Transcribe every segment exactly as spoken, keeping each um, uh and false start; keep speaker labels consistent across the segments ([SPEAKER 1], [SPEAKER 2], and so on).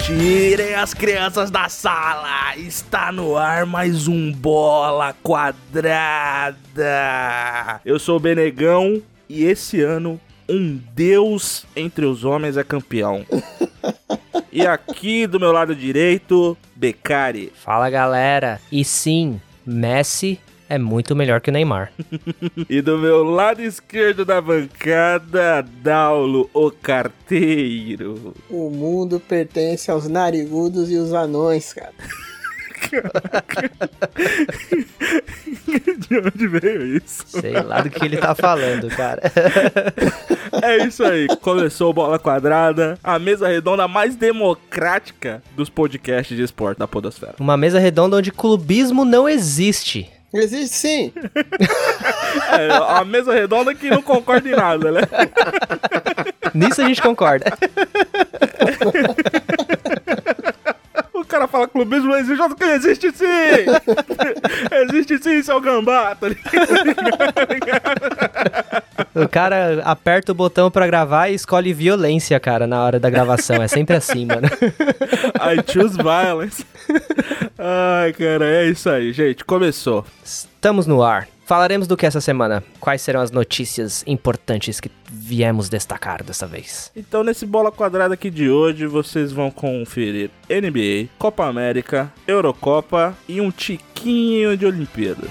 [SPEAKER 1] Tirem as crianças da sala! Está no ar mais um Bola Quadrada! Eu sou o Benegão e esse ano um deus entre os homens é campeão. E aqui do meu lado direito, Beccari.
[SPEAKER 2] Fala galera, e sim, Messi é muito melhor que o Neymar.
[SPEAKER 1] E do meu lado esquerdo da bancada, Daulo, o carteiro.
[SPEAKER 3] O mundo pertence aos narigudos e os anões, cara.
[SPEAKER 1] De onde veio isso?
[SPEAKER 2] Sei lá do que ele tá falando, cara.
[SPEAKER 1] É isso aí, começou o Bola Quadrada, a mesa redonda mais democrática dos podcasts de esporte da podosfera.
[SPEAKER 2] Uma mesa redonda onde clubismo não existe.
[SPEAKER 3] Existe sim.
[SPEAKER 1] É, a mesa redonda que não concorda em nada, né?
[SPEAKER 2] Nisso a gente concorda.
[SPEAKER 1] O cara fala clubismo não existe, que existe sim! Existe sim, seu gambá, tá ligado?
[SPEAKER 2] O cara aperta o botão pra gravar e escolhe violência, cara, na hora da gravação. É sempre assim, mano.
[SPEAKER 1] I choose violence. Ai, cara, é isso aí, gente. Começou.
[SPEAKER 2] Estamos no ar. Falaremos do que essa semana? Quais serão as notícias importantes que viemos destacar dessa vez?
[SPEAKER 1] Então, nesse Bola Quadrada aqui de hoje, vocês vão conferir N B A, Copa América, Eurocopa e um tiquinho de Olimpíadas.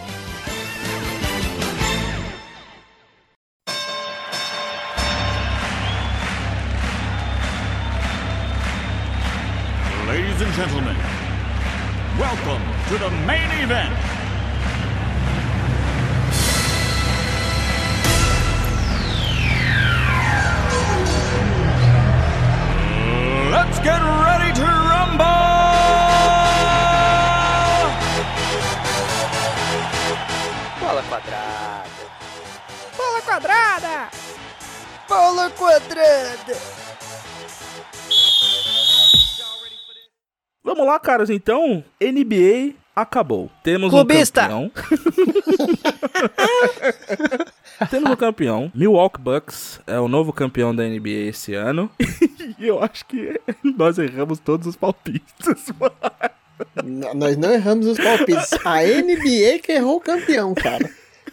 [SPEAKER 4] Ladies and gentlemen, welcome to the main event. Let's get ready to rumble!
[SPEAKER 2] Bola quadrada.
[SPEAKER 3] Bola quadrada! Bola quadrada!
[SPEAKER 1] Vamos lá, caras, então, N B A acabou. Temos
[SPEAKER 2] Clubista.
[SPEAKER 1] um campeão. Temos um campeão. Milwaukee Bucks é o novo campeão da N B A esse ano. E eu acho que nós erramos todos os palpites, mano.
[SPEAKER 3] N- nós não erramos os palpites. A N B A que errou o campeão, cara.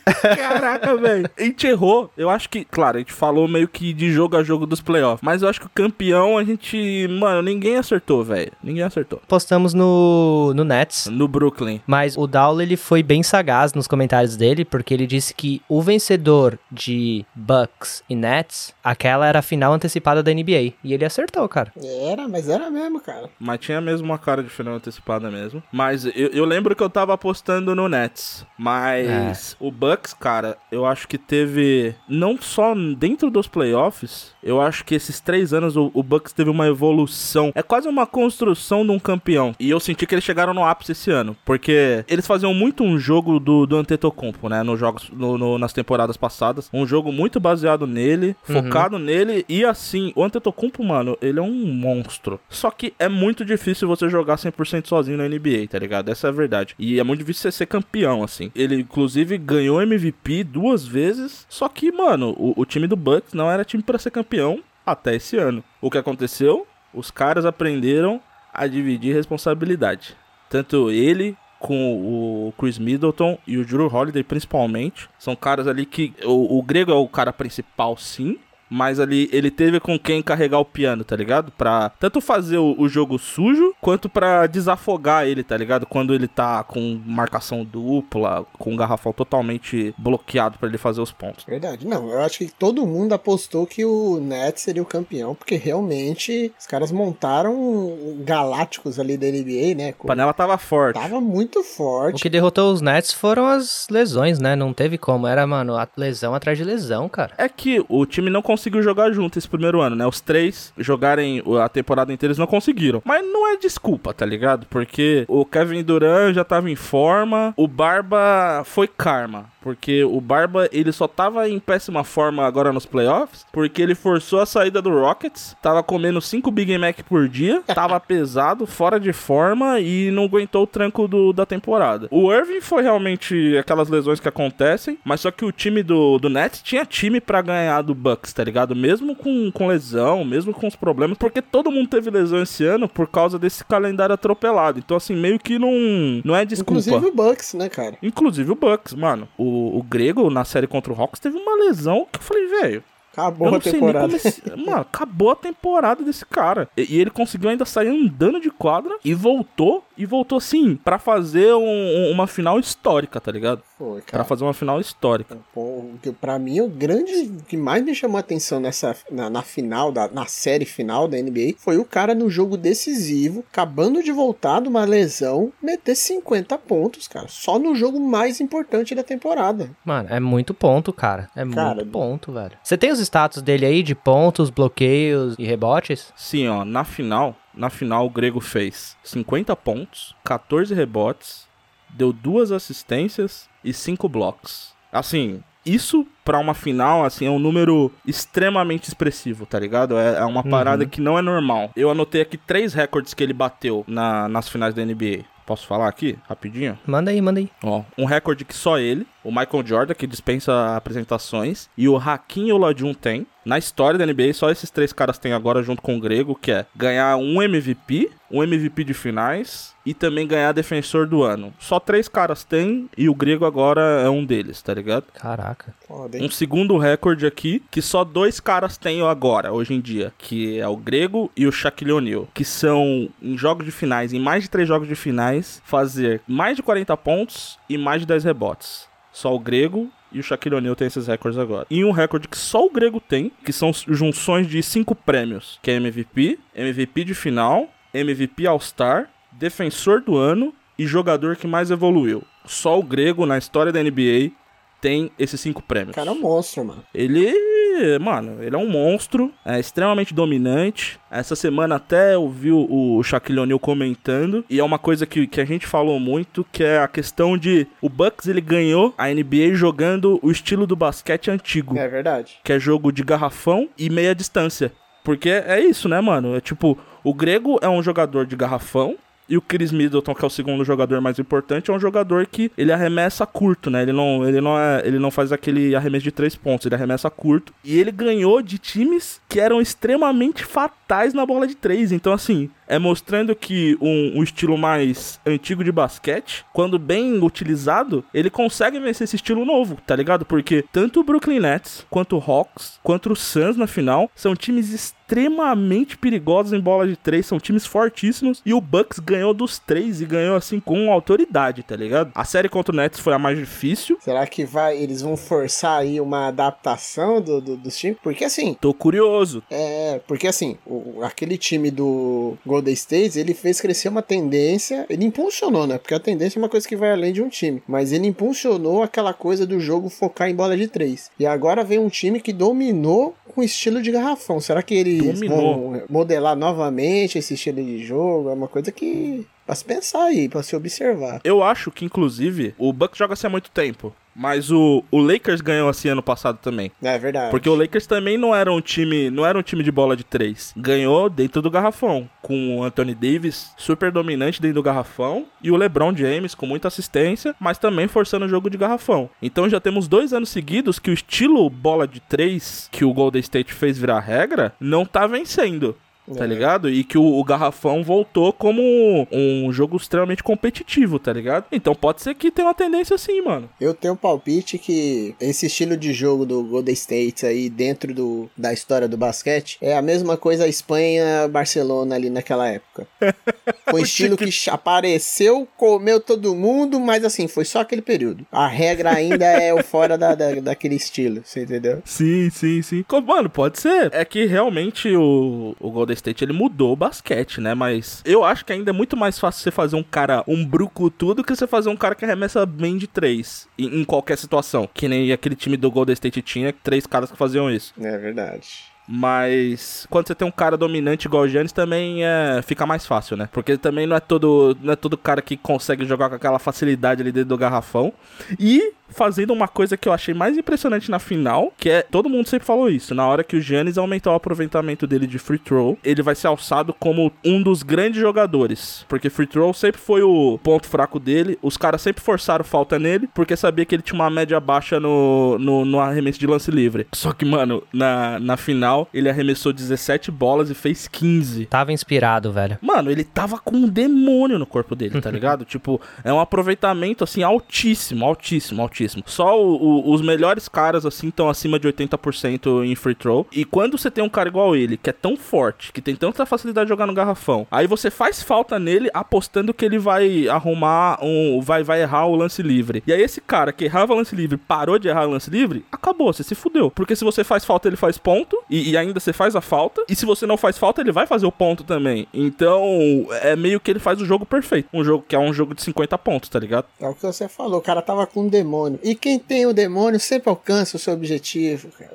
[SPEAKER 1] Caraca, velho. A gente errou. Eu acho que, claro, a gente falou meio que de jogo a jogo dos playoffs. Mas eu acho que o campeão a gente... Mano, ninguém acertou, velho. Ninguém acertou.
[SPEAKER 2] Postamos no, no Nets.
[SPEAKER 1] No Brooklyn.
[SPEAKER 2] Mas o Daulo, ele foi bem sagaz nos comentários dele, porque ele disse que o vencedor de Bucks e Nets, aquela era a final antecipada da N B A. E ele acertou, cara.
[SPEAKER 3] Era, mas era mesmo, cara.
[SPEAKER 1] Mas tinha mesmo uma cara de final antecipada mesmo. Mas eu, eu lembro que eu tava apostando no Nets. Mas é. O Bucks, cara, eu acho que teve... Não só dentro dos playoffs, eu acho que esses três anos o, o Bucks teve uma evolução. É quase uma construção de um campeão. E eu senti que eles chegaram no ápice esse ano. Porque eles faziam muito um jogo do, do Antetokounmpo, né? Nos jogos, no, no, nas temporadas passadas. Um jogo muito baseado nele, uhum. focado nele. E assim, o Antetokounmpo, mano, ele é um monstro. Só que é muito difícil você jogar cem por cento sozinho na N B A, tá ligado? Essa é a verdade. E é muito difícil você ser campeão, assim. Ele, inclusive, ganhou M V P duas vezes. Só que, mano, o, o time do Bucks não era time pra ser campeão até esse ano. O que aconteceu? Os caras aprenderam a dividir responsabilidade. Tanto ele com o Chris Middleton e o Jrue Holiday principalmente. São caras ali que... O, o Grego é o cara principal, sim. Mas ali ele teve com quem carregar o piano, tá ligado? Pra tanto fazer o, o jogo sujo, quanto pra desafogar ele, tá ligado? Quando ele tá com marcação dupla, com o garrafão totalmente bloqueado pra ele fazer os pontos.
[SPEAKER 3] Verdade. Não, eu acho que todo mundo apostou que o Nets seria o campeão, porque realmente os caras montaram galácticos ali da N B A, né?
[SPEAKER 1] A panela tava forte.
[SPEAKER 3] Tava muito forte.
[SPEAKER 2] O que derrotou os Nets foram as lesões, né? Não teve como. Era, mano, a lesão atrás de lesão, cara.
[SPEAKER 1] É que o time não conseguiu conseguiu jogar junto esse primeiro ano, né? Os três jogarem a temporada inteira, eles não conseguiram. Mas não é desculpa, tá ligado? Porque o Kevin Durant já tava em forma, o Barba foi karma. Porque o Barba, ele só tava em péssima forma agora nos playoffs, porque ele forçou a saída do Rockets, tava comendo cinco Big Mac por dia, tava pesado, fora de forma e não aguentou o tranco do, da temporada. O Irving foi realmente aquelas lesões que acontecem, mas só que o time do, do Nets tinha time pra ganhar do Bucks, tá ligado? Mesmo com, com lesão, mesmo com os problemas, porque todo mundo teve lesão esse ano por causa desse calendário atropelado. Então, assim, meio que não, não é desculpa.
[SPEAKER 3] Inclusive o Bucks, né, cara?
[SPEAKER 1] Inclusive o Bucks, mano. O, o Grego, na série contra o Hawks, teve uma lesão que eu falei, velho...
[SPEAKER 3] Acabou a temporada.
[SPEAKER 1] Esse... Mano, acabou a temporada desse cara. E, e ele conseguiu ainda sair andando de quadra e voltou. E voltou, assim, pra fazer um, um, uma final histórica, tá ligado?
[SPEAKER 3] Foi, cara.
[SPEAKER 1] Pra fazer uma final histórica.
[SPEAKER 3] Pô, pra mim, o grande que mais me chamou a atenção nessa, na, na final, da, na série final da N B A, foi o cara no jogo decisivo, acabando de voltar de uma lesão, meter cinquenta pontos, cara. Só no jogo mais importante da temporada.
[SPEAKER 2] Mano, é muito ponto, cara. É
[SPEAKER 3] cara,
[SPEAKER 2] muito ponto, velho. Você tem os status dele aí de pontos, bloqueios e rebotes?
[SPEAKER 1] Sim, ó. Na final... Na final, o Grego fez cinquenta pontos, catorze rebotes, deu duas assistências e cinco blocos. Assim, isso pra uma final, assim, é um número extremamente expressivo, tá ligado? É, é uma parada uhum. que não é normal. Eu anotei aqui três recordes que ele bateu na, nas finais da N B A. Posso falar aqui, rapidinho?
[SPEAKER 2] Manda aí, manda aí.
[SPEAKER 1] Ó, um recorde que só ele, o Michael Jordan, que dispensa apresentações, e o Hakeem Olajuwon tem. Na história da N B A, só esses três caras têm agora junto com o Grego, que é ganhar um M V P, um M V P de finais e também ganhar defensor do ano. Só três caras têm e o Grego agora é um deles, tá ligado?
[SPEAKER 2] Caraca.
[SPEAKER 1] Um segundo recorde aqui, que só dois caras têm agora, hoje em dia, que é o Grego e o Shaquille O'Neal, que são, em jogos de finais, em mais de três jogos de finais, fazer mais de quarenta pontos e mais de dez rebotes. Só o Grego e o Shaquille O'Neal tem esses recordes agora. E um recorde que só o Grego tem, que são junções de cinco prêmios, que é M V P, M V P de final, M V P All-Star, defensor do ano e jogador que mais evoluiu. Só o Grego, na história da N B A, tem esses cinco prêmios.
[SPEAKER 3] O cara é um monstro, mano.
[SPEAKER 1] Ele, mano, ele é um monstro, é extremamente dominante. Essa semana até eu vi o Shaquille O'Neal comentando, e é uma coisa que, que a gente falou muito, que é a questão de o Bucks, ele ganhou a N B A jogando o estilo do basquete antigo.
[SPEAKER 3] É verdade.
[SPEAKER 1] Que é jogo de garrafão e meia distância. Porque é isso, né, mano? É tipo, o Grego é um jogador de garrafão, e o Chris Middleton, que é o segundo jogador mais importante, é um jogador que ele arremessa curto, né? Ele não, ele não, é, ele não faz aquele arremesso de três pontos, ele arremessa curto. E ele ganhou de times que eram extremamente fatais na bola de três. Então, assim, é mostrando que um, um estilo mais antigo de basquete, quando bem utilizado, ele consegue vencer esse estilo novo, tá ligado? Porque tanto o Brooklyn Nets, quanto o Hawks, quanto o Suns na final, são times extremamente perigosos em bola de três, são times fortíssimos, e o Bucks ganhou dos três e ganhou assim com autoridade, tá ligado? A série contra o Nets foi a mais difícil.
[SPEAKER 3] Será que vai, eles vão forçar aí uma adaptação do, do, dos times? Porque assim...
[SPEAKER 1] Tô curioso.
[SPEAKER 3] É, porque assim, o, aquele time do Golden State, ele fez crescer uma tendência, ele impulsionou, né? Porque a tendência é uma coisa que vai além de um time, mas ele impulsionou aquela coisa do jogo focar em bola de três. E agora vem um time que dominou com estilo de garrafão. Será que eles dominou. vão modelar novamente esse estilo de jogo? É uma coisa que... pra se pensar aí, pra se observar.
[SPEAKER 1] Eu acho que, inclusive, o Bucks joga assim há muito tempo. Mas o, o Lakers ganhou assim ano passado também.
[SPEAKER 3] É verdade.
[SPEAKER 1] Porque o Lakers também não era um time, não era um time de bola de três. Ganhou dentro do garrafão. Com o Anthony Davis super dominante dentro do garrafão. E o LeBron James com muita assistência, mas também forçando o jogo de garrafão. Então já temos dois anos seguidos que o estilo bola de três que o Golden State fez virar regra não tá vencendo. Tá ligado? E que o, o garrafão voltou como um jogo extremamente competitivo, tá ligado? Então pode ser que tenha uma tendência assim, mano.
[SPEAKER 3] Eu tenho um palpite que esse estilo de jogo do Golden State aí dentro do, da história do basquete é a mesma coisa a Espanha-Barcelona ali naquela época. Foi estilo que apareceu, comeu todo mundo, mas assim, foi só aquele período. A regra ainda é o fora da, da, daquele estilo, você entendeu?
[SPEAKER 1] Sim, sim, sim. Mano, pode ser. É que realmente o, o Golden State, ele mudou o basquete, né? Mas eu acho que ainda é muito mais fácil você fazer um cara, um brucutu, do que você fazer um cara que arremessa bem de três em, em qualquer situação. Que nem aquele time do Golden State tinha, três caras que faziam isso.
[SPEAKER 3] É verdade.
[SPEAKER 1] Mas quando você tem um cara dominante igual o Giannis, também é, fica mais fácil, né? Porque também não é todo, não é todo cara que consegue jogar com aquela facilidade ali dentro do garrafão. E fazendo uma coisa que eu achei mais impressionante na final, que é, todo mundo sempre falou isso, na hora que o Giannis aumentar o aproveitamento dele de free throw, ele vai ser alçado como um dos grandes jogadores, porque free throw sempre foi o ponto fraco dele, os caras sempre forçaram falta nele, porque sabia que ele tinha uma média baixa no, no, no arremesso de lance livre. Só que, mano, na, na final, ele arremessou dezessete bolas e fez quinze.
[SPEAKER 2] Tava inspirado, velho.
[SPEAKER 1] Mano, ele tava com um demônio no corpo dele, tá ligado? Tipo, é um aproveitamento, assim, altíssimo, altíssimo, altíssimo. Só o, o, os melhores caras, assim, estão acima de oitenta por cento em free throw. E quando você tem um cara igual ele, que é tão forte, que tem tanta facilidade de jogar no garrafão, aí você faz falta nele apostando que ele vai arrumar um... vai, vai errar o lance livre. E aí esse cara que errava o lance livre, parou de errar o lance livre, acabou, você se fudeu. Porque se você faz falta, ele faz ponto, e, e ainda você faz a falta. E se você não faz falta, ele vai fazer o ponto também. Então, é meio que ele faz o jogo perfeito. Um jogo que é um jogo de cinquenta pontos, tá ligado?
[SPEAKER 3] É o que você falou, o cara tava com um demônio. E quem tem o demônio sempre alcança o seu objetivo, cara.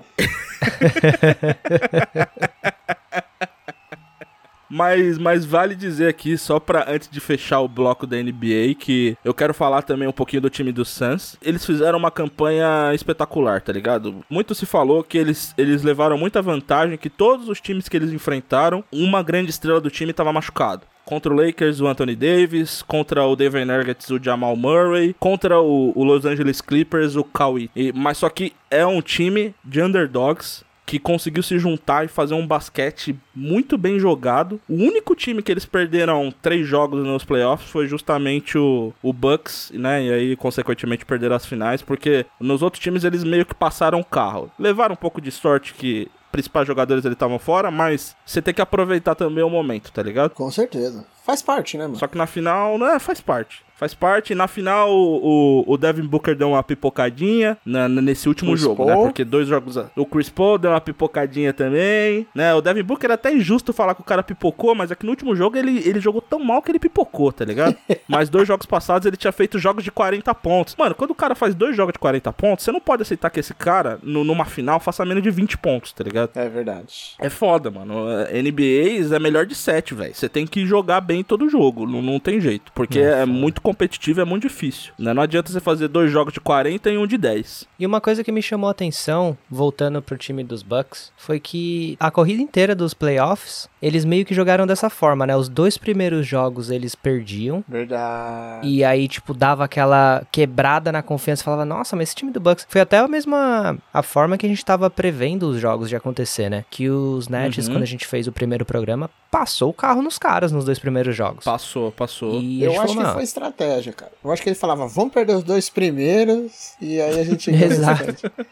[SPEAKER 1] Mas, mas vale dizer aqui, só pra antes de fechar o bloco da N B A, que eu quero falar também um pouquinho do time do Suns. Eles fizeram uma campanha espetacular, tá ligado? Muito se falou que eles, eles levaram muita vantagem, que todos os times que eles enfrentaram, uma grande estrela do time estava machucado. Contra o Lakers, o Anthony Davis. Contra o Denver Nuggets, o Jamal Murray. Contra o, o Los Angeles Clippers, o Kawhi. E, mas só que é um time de underdogs que conseguiu se juntar e fazer um basquete muito bem jogado. O único time que eles perderam três jogos nos playoffs foi justamente o, o Bucks, né? E aí, consequentemente, perderam as finais, porque nos outros times eles meio que passaram o carro. Levaram um pouco de sorte que principais jogadores eles estavam fora, mas você tem que aproveitar também o momento, tá ligado?
[SPEAKER 3] Com certeza. Faz parte, né, mano?
[SPEAKER 1] Só que na final, não é, faz parte. Faz parte. Na final, o, o Devin Booker deu uma pipocadinha na, nesse último Chris jogo, Paul. né? Porque dois jogos... O Chris Paul deu uma pipocadinha também, né? O Devin Booker é até injusto falar que o cara pipocou, mas é que no último jogo ele, ele jogou tão mal que ele pipocou, tá ligado? Mas dois jogos passados ele tinha feito jogos de quarenta pontos. Mano, quando o cara faz dois jogos de quarenta pontos, você não pode aceitar que esse cara, no, numa final, faça menos de vinte pontos, tá ligado?
[SPEAKER 3] É verdade.
[SPEAKER 1] É foda, mano. N B A é melhor de sete, velho. Você tem que jogar bem todo jogo, não, não tem jeito. Porque é, é muito competitivo, é muito difícil, né? Não adianta você fazer dois jogos de quarenta e um de dez.
[SPEAKER 2] E uma coisa que me chamou a atenção, voltando pro time dos Bucks, foi que a corrida inteira dos playoffs, eles meio que jogaram dessa forma, né? Os dois primeiros jogos eles perdiam.
[SPEAKER 3] Verdade.
[SPEAKER 2] E aí, tipo, dava aquela quebrada na confiança, falava, nossa, mas esse time do Bucks... Foi até a mesma a forma que a gente tava prevendo os jogos de acontecer, né? Que os Nets, uhum. quando a gente fez o primeiro programa, passou o carro nos caras nos dois primeiros jogos.
[SPEAKER 1] Passou, passou.
[SPEAKER 3] E eu acho falou, que foi estratégia, cara. Eu acho que ele falava, vamos perder os dois primeiros e aí a gente...
[SPEAKER 2] Exato.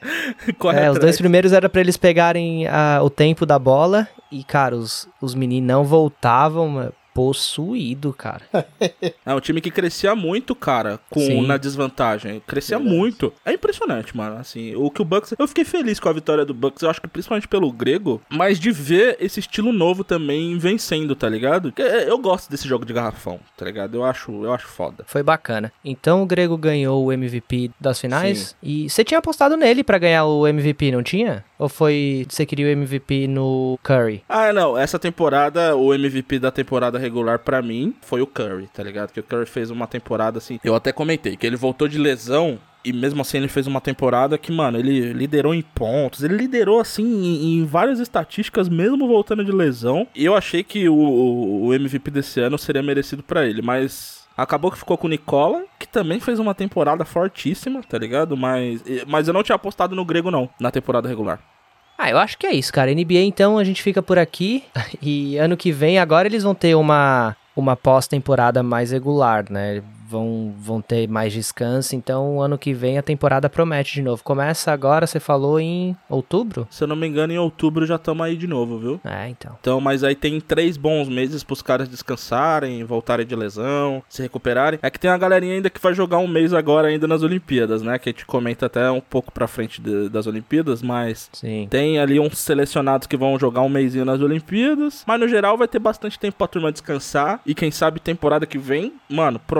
[SPEAKER 2] é, os dois primeiros era pra eles pegarem uh, o tempo da bola e, cara, os, os meninos não voltavam... Possuído, cara.
[SPEAKER 1] É um time que crescia muito, cara, com, na desvantagem. Crescia Verdade. muito. É impressionante, mano. Assim, o que o Bucks... Eu fiquei feliz com a vitória do Bucks, eu acho que principalmente pelo grego, mas de ver esse estilo novo também vencendo, tá ligado? Eu gosto desse jogo de garrafão, tá ligado? Eu acho, eu acho foda.
[SPEAKER 2] Foi bacana. Então o grego ganhou o M V P das finais. Sim. E você tinha apostado nele pra ganhar o M V P, não tinha? Ou foi... Você queria o M V P no Curry?
[SPEAKER 1] Ah, não. Essa temporada, o M V P da temporada regular pra mim foi o Curry, tá ligado? Que o Curry fez uma temporada assim... Eu até comentei que ele voltou de lesão e mesmo assim ele fez uma temporada que, mano, ele liderou em pontos. Ele liderou, assim, em, em várias estatísticas, mesmo voltando de lesão. E eu achei que o, o, o M V P desse ano seria merecido pra ele, mas... Acabou que ficou com o Nicola, que também fez uma temporada fortíssima, tá ligado? Mas, mas eu não tinha apostado no grego, não, na temporada regular.
[SPEAKER 2] Ah, eu acho que é isso, cara. N B A, então, a gente fica por aqui. E ano que vem, agora eles vão ter uma, uma pós-temporada mais regular, né? Vão, vão ter mais descanso, então ano que vem a temporada promete de novo. Começa agora, você falou, em outubro?
[SPEAKER 1] Se eu não me engano, em outubro já estamos aí de novo, viu?
[SPEAKER 2] É, então.
[SPEAKER 1] Então, mas aí tem três bons meses pros caras descansarem, voltarem de lesão, se recuperarem. É que tem uma galerinha ainda que vai jogar um mês agora ainda nas Olimpíadas, né? Que a gente comenta até um pouco pra frente de, das Olimpíadas, mas
[SPEAKER 2] Sim.
[SPEAKER 1] Tem ali uns selecionados que vão jogar um mêsinho nas Olimpíadas, mas no geral vai ter bastante tempo pra turma descansar, e quem sabe temporada que vem, mano, promete ser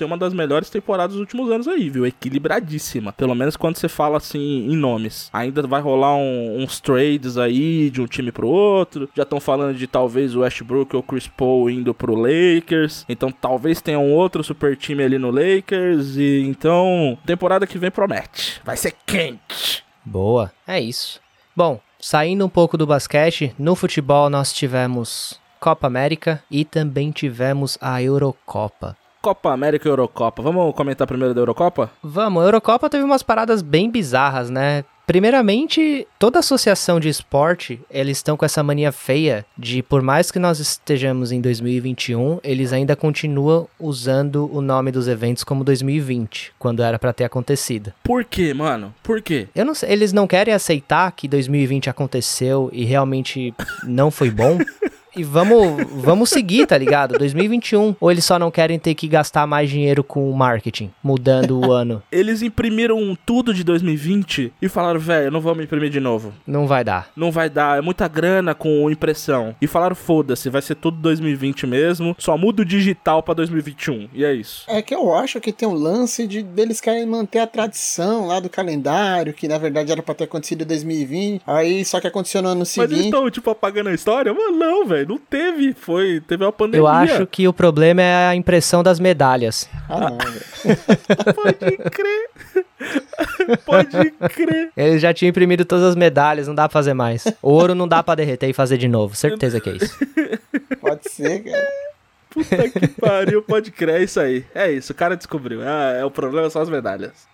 [SPEAKER 1] ser uma das melhores temporadas dos últimos anos aí, viu? Equilibradíssima. Pelo menos quando você fala assim em nomes. Ainda vai rolar um, uns trades aí de um time pro outro. Já estão falando de talvez o Westbrook ou o Chris Paul indo pro Lakers. Então talvez tenha um outro super time ali no Lakers. E então, temporada que vem promete. Vai ser quente.
[SPEAKER 2] Boa, é isso. Bom, saindo um pouco do basquete, no futebol nós tivemos Copa América e também tivemos a Eurocopa.
[SPEAKER 1] Copa América e Eurocopa. Vamos comentar primeiro da Eurocopa?
[SPEAKER 2] Vamos, a Eurocopa teve umas paradas bem bizarras, né? Primeiramente, toda associação de esporte, eles estão com essa mania feia de, por mais que nós estejamos em dois mil e vinte e um, eles ainda continuam usando o nome dos eventos como dois mil e vinte, quando era pra ter acontecido.
[SPEAKER 1] Por quê, mano? Por quê?
[SPEAKER 2] Eu não sei, eles não querem aceitar que dois mil e vinte aconteceu e realmente não foi bom? E vamos, vamos seguir, tá ligado? dois mil e vinte e um. Ou eles só não querem ter que gastar mais dinheiro com o marketing, mudando o ano?
[SPEAKER 1] Eles imprimiram tudo de dois mil e vinte e falaram, velho, não vamos imprimir de novo.
[SPEAKER 2] Não vai dar.
[SPEAKER 1] Não vai dar, é muita grana com impressão. E falaram, foda-se, vai ser tudo dois mil e vinte mesmo, só muda o digital pra dois mil e vinte e um. E é isso.
[SPEAKER 3] É que eu acho que tem um lance de deles querem manter a tradição lá do calendário, que na verdade era pra ter acontecido em dois mil e vinte, aí só que aconteceu no ano seguinte.
[SPEAKER 1] Mas eles estão, tipo, apagando a história? Mano, não, velho. Não teve, foi, teve uma pandemia.
[SPEAKER 2] Eu acho que o problema é a impressão das medalhas.
[SPEAKER 3] Ah, não, velho.
[SPEAKER 1] Pode crer. Pode crer.
[SPEAKER 2] Eles já tinham imprimido todas as medalhas, não dá pra fazer mais. Ouro não dá pra derreter e fazer de novo, certeza que é isso.
[SPEAKER 3] Pode ser, cara.
[SPEAKER 1] Puta que pariu, pode crer, é isso aí. É isso, o cara descobriu. É, é o problema são as medalhas.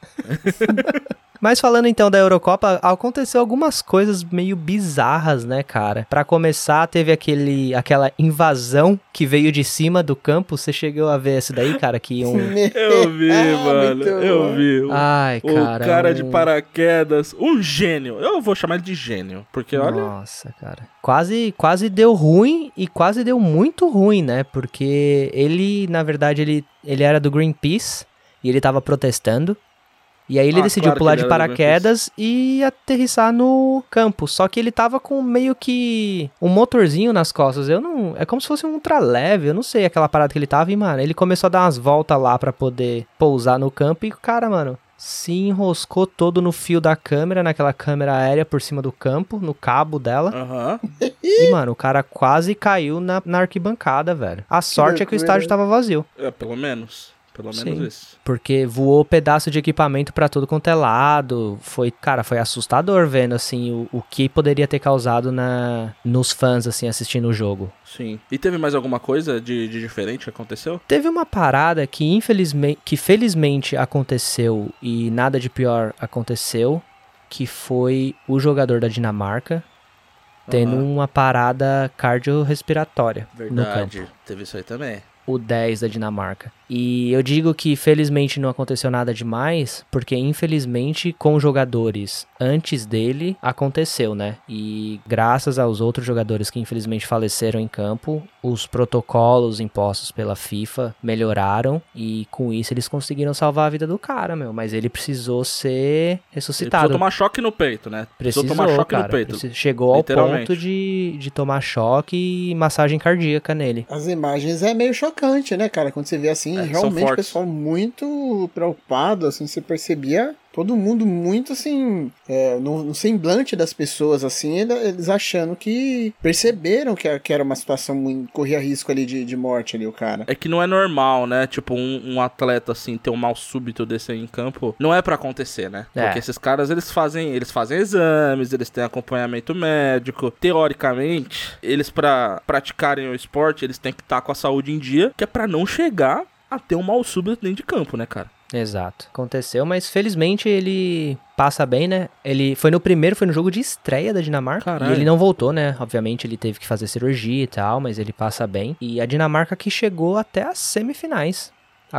[SPEAKER 2] Mas falando então da Eurocopa, aconteceu algumas coisas meio bizarras, né, cara? Pra começar, teve aquele, aquela invasão que veio de cima do campo. Você chegou a ver essa daí, cara? Que um...
[SPEAKER 1] Eu vi, mano. Eu vi. O,
[SPEAKER 2] Ai, cara.
[SPEAKER 1] O cara
[SPEAKER 2] um...
[SPEAKER 1] de paraquedas. Um gênio. Eu vou chamar ele de gênio. Porque, olha...
[SPEAKER 2] Nossa, cara. Quase, quase deu ruim e quase deu muito ruim, né? Porque ele, na verdade, ele, ele era do Greenpeace e ele tava protestando. E aí ele ah, decidiu claro pular de paraquedas e aterrissar no campo. Só que ele tava com meio que um motorzinho nas costas. Eu não... É como se fosse um ultraleve. Eu não sei aquela parada que ele tava. E, mano, ele começou a dar umas voltas lá pra poder pousar no campo. E o cara, mano, se enroscou todo no fio da câmera, naquela câmera aérea por cima do campo, no cabo dela.
[SPEAKER 1] Aham.
[SPEAKER 2] Uhum. E, mano, o cara quase caiu na, na arquibancada, velho. A sorte é que o estádio tava vazio.
[SPEAKER 1] É, pelo menos... Pelo menos
[SPEAKER 2] Sim,
[SPEAKER 1] isso.
[SPEAKER 2] Porque voou pedaço de equipamento pra tudo quanto é lado. Foi, cara, foi assustador vendo, assim, o, o que poderia ter causado na, nos fãs, assim, assistindo o jogo.
[SPEAKER 1] Sim. E teve mais alguma coisa de, de diferente que aconteceu?
[SPEAKER 2] Teve uma parada que, infelizmente, que felizmente aconteceu e nada de pior aconteceu, que foi o jogador da Dinamarca tendo uhum. uma parada cardiorrespiratória no campo.
[SPEAKER 1] Verdade, teve isso aí também.
[SPEAKER 2] O dez da Dinamarca. E eu digo que felizmente não aconteceu nada demais, porque infelizmente com jogadores antes dele aconteceu, né? E graças aos outros jogadores que infelizmente faleceram em campo, os protocolos impostos pela FIFA melhoraram e com isso eles conseguiram salvar a vida do cara, meu. Mas ele precisou ser ressuscitado.
[SPEAKER 1] Ele precisou tomar choque no peito, né?
[SPEAKER 2] Precisou,
[SPEAKER 1] precisou tomar choque
[SPEAKER 2] cara,
[SPEAKER 1] no peito.
[SPEAKER 2] Precisou, chegou ao ponto de, de tomar choque e massagem cardíaca nele.
[SPEAKER 3] As imagens é meio chocante, né, cara? Quando você vê assim, é, realmente o pessoal muito preocupado, assim, você percebia todo mundo muito, assim, é, no, no semblante das pessoas, assim, eles achando que perceberam que, que era uma situação muito, corria risco ali de, de morte ali, o cara.
[SPEAKER 1] É que não é normal, né? Tipo, um, um atleta, assim, ter um mal súbito desse aí em campo, não é pra acontecer, né? É. Porque esses caras, eles fazem, eles fazem exames, eles têm acompanhamento médico. Teoricamente, eles pra praticarem o esporte, eles têm que estar com a saúde em dia, que é pra não chegar a ter um mal súbito dentro de campo, né, cara?
[SPEAKER 2] Exato. Aconteceu, mas felizmente ele passa bem, né? Ele foi no primeiro, foi no jogo de estreia da Dinamarca. Caralho. E ele não voltou, né? Obviamente ele teve que fazer cirurgia e tal, mas ele passa bem. E a Dinamarca que chegou até as semifinais.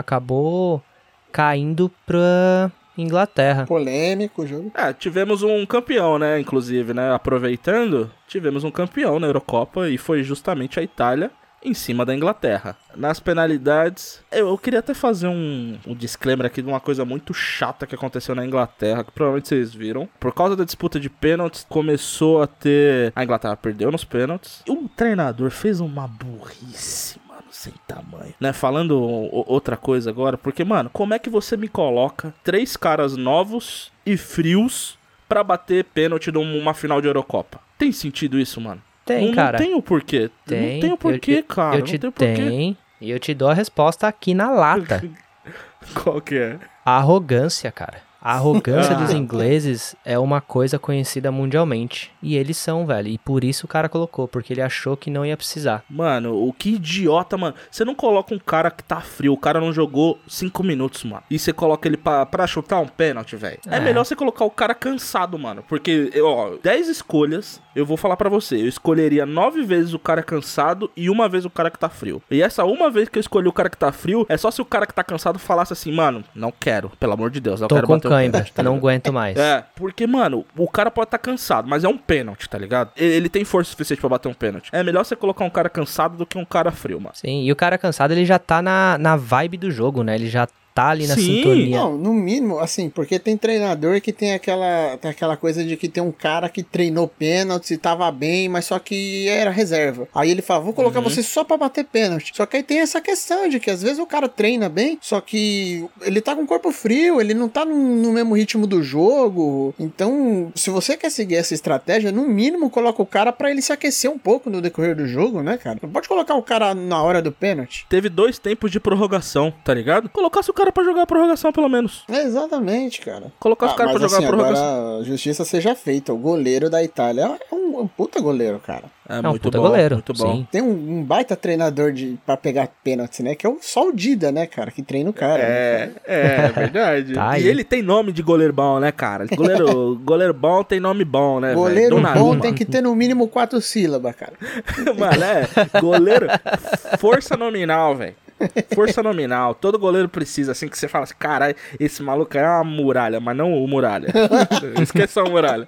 [SPEAKER 2] Acabou caindo pra Inglaterra.
[SPEAKER 3] Polêmico o jogo.
[SPEAKER 1] É, tivemos um campeão, né? Inclusive, né? Aproveitando, tivemos um campeão na Eurocopa e foi justamente a Itália. Em cima da Inglaterra. Nas penalidades, eu, eu queria até fazer um, um disclaimer aqui de uma coisa muito chata que aconteceu na Inglaterra, que provavelmente vocês viram. Por causa da disputa de pênaltis, começou a ter... A Inglaterra perdeu nos pênaltis. E o treinador fez uma burrice, mano. sem tamanho. Né, falando o, outra coisa agora, porque, mano, como é que você me coloca três caras novos e frios pra bater pênalti numa final de Eurocopa? Tem sentido isso, mano?
[SPEAKER 2] Tem,
[SPEAKER 1] não,
[SPEAKER 2] cara.
[SPEAKER 1] Não tem o porquê.
[SPEAKER 2] Tem.
[SPEAKER 1] Não tem o porquê,
[SPEAKER 2] eu, eu,
[SPEAKER 1] cara.
[SPEAKER 2] Eu te
[SPEAKER 1] não tem o porquê.
[SPEAKER 2] tem. E eu te dou a resposta aqui na lata.
[SPEAKER 1] Qual que é?
[SPEAKER 2] A arrogância, cara. A arrogância
[SPEAKER 1] Ah.
[SPEAKER 2] dos ingleses é uma coisa conhecida mundialmente. E eles são, velho. E por isso o cara colocou, porque ele achou que não ia precisar.
[SPEAKER 1] Mano, o que idiota, mano. Você não coloca um cara que tá frio, o cara não jogou cinco minutos, mano. E você coloca ele pra, pra chutar um pênalti, velho. É. é melhor você colocar o cara cansado, mano. Porque, ó, dez escolhas, eu vou falar pra você. Eu escolheria nove vezes o cara cansado e uma vez o cara que tá frio. E essa uma vez que eu escolhi o cara que tá frio, é só se o cara que tá cansado falasse assim, mano, não quero, pelo amor de Deus, eu
[SPEAKER 2] Tô
[SPEAKER 1] quero
[SPEAKER 2] com
[SPEAKER 1] bater
[SPEAKER 2] cãibra, não aguento mais.
[SPEAKER 1] É, porque, mano, o cara pode estar tá cansado, mas é um pênalti, tá ligado? Ele, ele tem força suficiente pra bater um pênalti. É melhor você colocar um cara cansado do que um cara frio, mano.
[SPEAKER 2] Sim, e o cara cansado, ele já tá na, na vibe do jogo, né? Ele já tá ali na
[SPEAKER 1] Sim.
[SPEAKER 2] sintonia.
[SPEAKER 3] Não, no mínimo, assim, porque tem treinador que tem aquela, tem aquela coisa de que tem um cara que treinou pênalti e tava bem, mas só que era reserva. Aí ele fala, vou colocar
[SPEAKER 1] Uhum.
[SPEAKER 3] você só pra bater pênalti. Só que aí tem essa questão de que às vezes o cara treina bem, só que ele tá com o corpo frio, ele não tá no, no mesmo ritmo do jogo. Então, se você quer seguir essa estratégia, no mínimo coloca o cara pra ele se aquecer um pouco no decorrer do jogo, né, cara? Não pode colocar o cara na hora do pênalti.
[SPEAKER 1] Teve dois tempos de prorrogação, tá ligado? Colocasse o cara pra jogar a prorrogação, pelo menos.
[SPEAKER 3] É, exatamente, cara.
[SPEAKER 1] Colocasse
[SPEAKER 3] Ah,
[SPEAKER 1] o cara
[SPEAKER 3] mas
[SPEAKER 1] pra jogar
[SPEAKER 3] assim,
[SPEAKER 1] a prorrogação.
[SPEAKER 3] agora, justiça seja feita. O goleiro da Itália é um, um puta goleiro, cara.
[SPEAKER 1] É,
[SPEAKER 2] É um
[SPEAKER 1] muito
[SPEAKER 2] puta
[SPEAKER 1] bom,
[SPEAKER 2] goleiro,
[SPEAKER 1] muito bom.
[SPEAKER 2] sim.
[SPEAKER 3] Tem um, um baita treinador de, pra pegar pênalti, né? Que é o, só o Dida, né, cara? Que treina o cara.
[SPEAKER 1] É,
[SPEAKER 3] né,
[SPEAKER 1] é, verdade.
[SPEAKER 2] Tá
[SPEAKER 1] e
[SPEAKER 2] aí.
[SPEAKER 1] ele tem nome de goleiro bom, né, cara? Goleiro, goleiro bom tem nome bom, né,
[SPEAKER 3] Goleiro
[SPEAKER 1] velho?
[SPEAKER 3] bom
[SPEAKER 1] Donnarumma.
[SPEAKER 3] tem que ter no mínimo quatro sílabas, cara.
[SPEAKER 1] Mano, é, goleiro, força nominal, velho. Força nominal, todo goleiro precisa, assim, que você fala assim, caralho, esse maluco é uma muralha, mas não o muralha. Esqueça o muralha.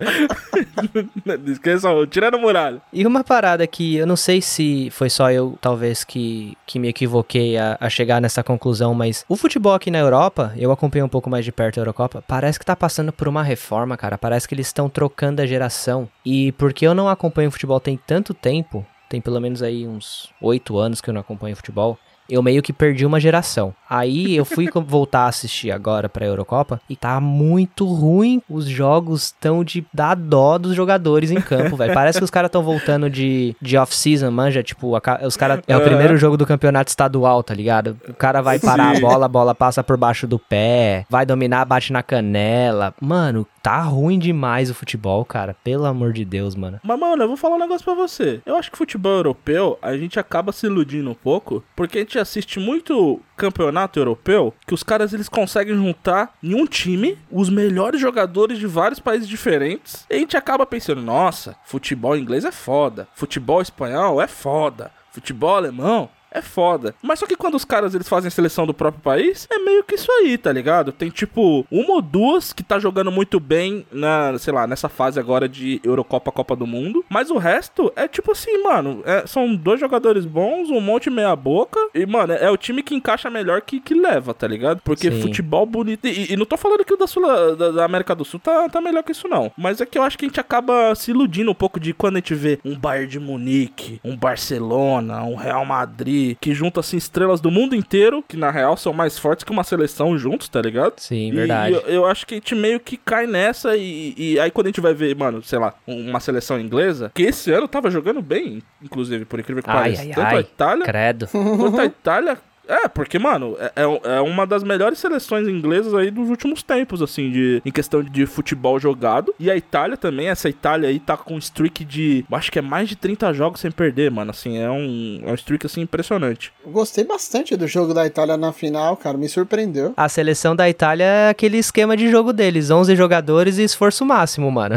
[SPEAKER 1] Esqueça o, tirando o muralha.
[SPEAKER 2] E uma parada que eu não sei se foi só eu, talvez, que, que me equivoquei a, a chegar nessa conclusão, mas o futebol aqui na Europa, eu acompanhei um pouco mais de perto a Eurocopa, parece que tá passando por uma reforma, cara. Parece que eles estão trocando a geração. E porque eu não acompanho futebol tem tanto tempo, tem pelo menos aí uns oito anos que eu não acompanho futebol, eu meio que perdi uma geração. Aí eu fui voltar a assistir agora pra Eurocopa e tá muito ruim. Os jogos estão de dar dó dos jogadores em campo, velho. Parece que os caras estão voltando de, de off-season, manja. Tipo, a, os cara, é o primeiro jogo do campeonato estadual, tá ligado? O cara vai parar
[SPEAKER 1] Sim.
[SPEAKER 2] a bola, a bola passa por baixo do pé, vai dominar, bate na canela. Mano, tá ruim demais o futebol, cara. Pelo amor de Deus, mano.
[SPEAKER 1] Mas, mano, eu vou falar um negócio pra você. Eu acho que futebol europeu, a gente acaba se iludindo um pouco, porque a gente assiste muito campeonato europeu, que os caras, eles conseguem juntar em um time os melhores jogadores de vários países diferentes, e a gente acaba pensando, nossa, futebol inglês é foda, futebol espanhol é foda, futebol alemão é foda. Mas só que quando os caras, eles fazem seleção do próprio país, é meio que isso aí, tá ligado? Tem tipo uma ou duas que tá jogando muito bem na, sei lá, nessa fase agora de Eurocopa, Copa do Mundo. Mas o resto é tipo assim, mano, é, são dois jogadores bons, um monte meia boca. E, mano, é, é o time que encaixa melhor que, que leva, tá ligado? Porque
[SPEAKER 2] Sim.
[SPEAKER 1] futebol bonito. E, e não tô falando que o da, Sul, da, da América do Sul tá, tá melhor que isso, não. Mas é que eu acho que a gente acaba se iludindo um pouco de quando a gente vê um Bayern de Munique, um Barcelona, um Real Madrid, que junta, assim, estrelas do mundo inteiro, que na real são mais fortes que uma seleção juntos, tá ligado?
[SPEAKER 2] Sim, verdade.
[SPEAKER 1] E eu, eu acho que a gente meio que cai nessa e, e aí quando a gente vai ver, mano, sei lá, uma seleção inglesa, que esse ano tava jogando bem, inclusive, por incrível que
[SPEAKER 2] Ai,
[SPEAKER 1] pareça.
[SPEAKER 2] ai,
[SPEAKER 1] Tanto
[SPEAKER 2] ai.
[SPEAKER 1] a Itália,
[SPEAKER 2] Credo.
[SPEAKER 1] quanto a Itália... É, porque, mano, é, é uma das melhores seleções inglesas aí dos últimos tempos, assim, de, em questão de futebol jogado. E a Itália também, essa Itália aí tá com um streak de, acho que é mais de trinta jogos sem perder, mano, assim, é um, é um streak, assim, impressionante.
[SPEAKER 3] Gostei bastante do jogo da Itália na final, cara, me surpreendeu.
[SPEAKER 2] A seleção da Itália é aquele esquema de jogo deles, onze jogadores e esforço máximo, mano.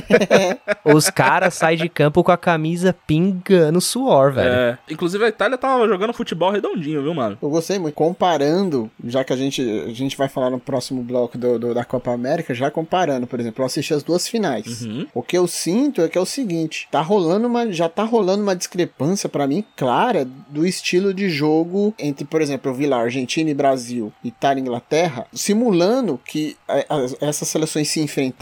[SPEAKER 2] Os caras saem de campo com a camisa pingando suor, velho.
[SPEAKER 1] É, inclusive a Itália tava jogando futebol redondinho, viu, mano?
[SPEAKER 3] Eu gostei muito. Comparando, já que a gente, a gente vai falar no próximo bloco do, do- da Copa América, já comparando, por exemplo, eu assisti as duas finais.
[SPEAKER 1] Uhum.
[SPEAKER 3] O que eu sinto é que é o seguinte, tá rolando uma, já tá rolando uma discrepância pra mim clara do estilo de jogo entre, por exemplo, eu vi lá Argentina e Brasil, Itália e Inglaterra, simulando que a- a- essas seleções se enfrentassem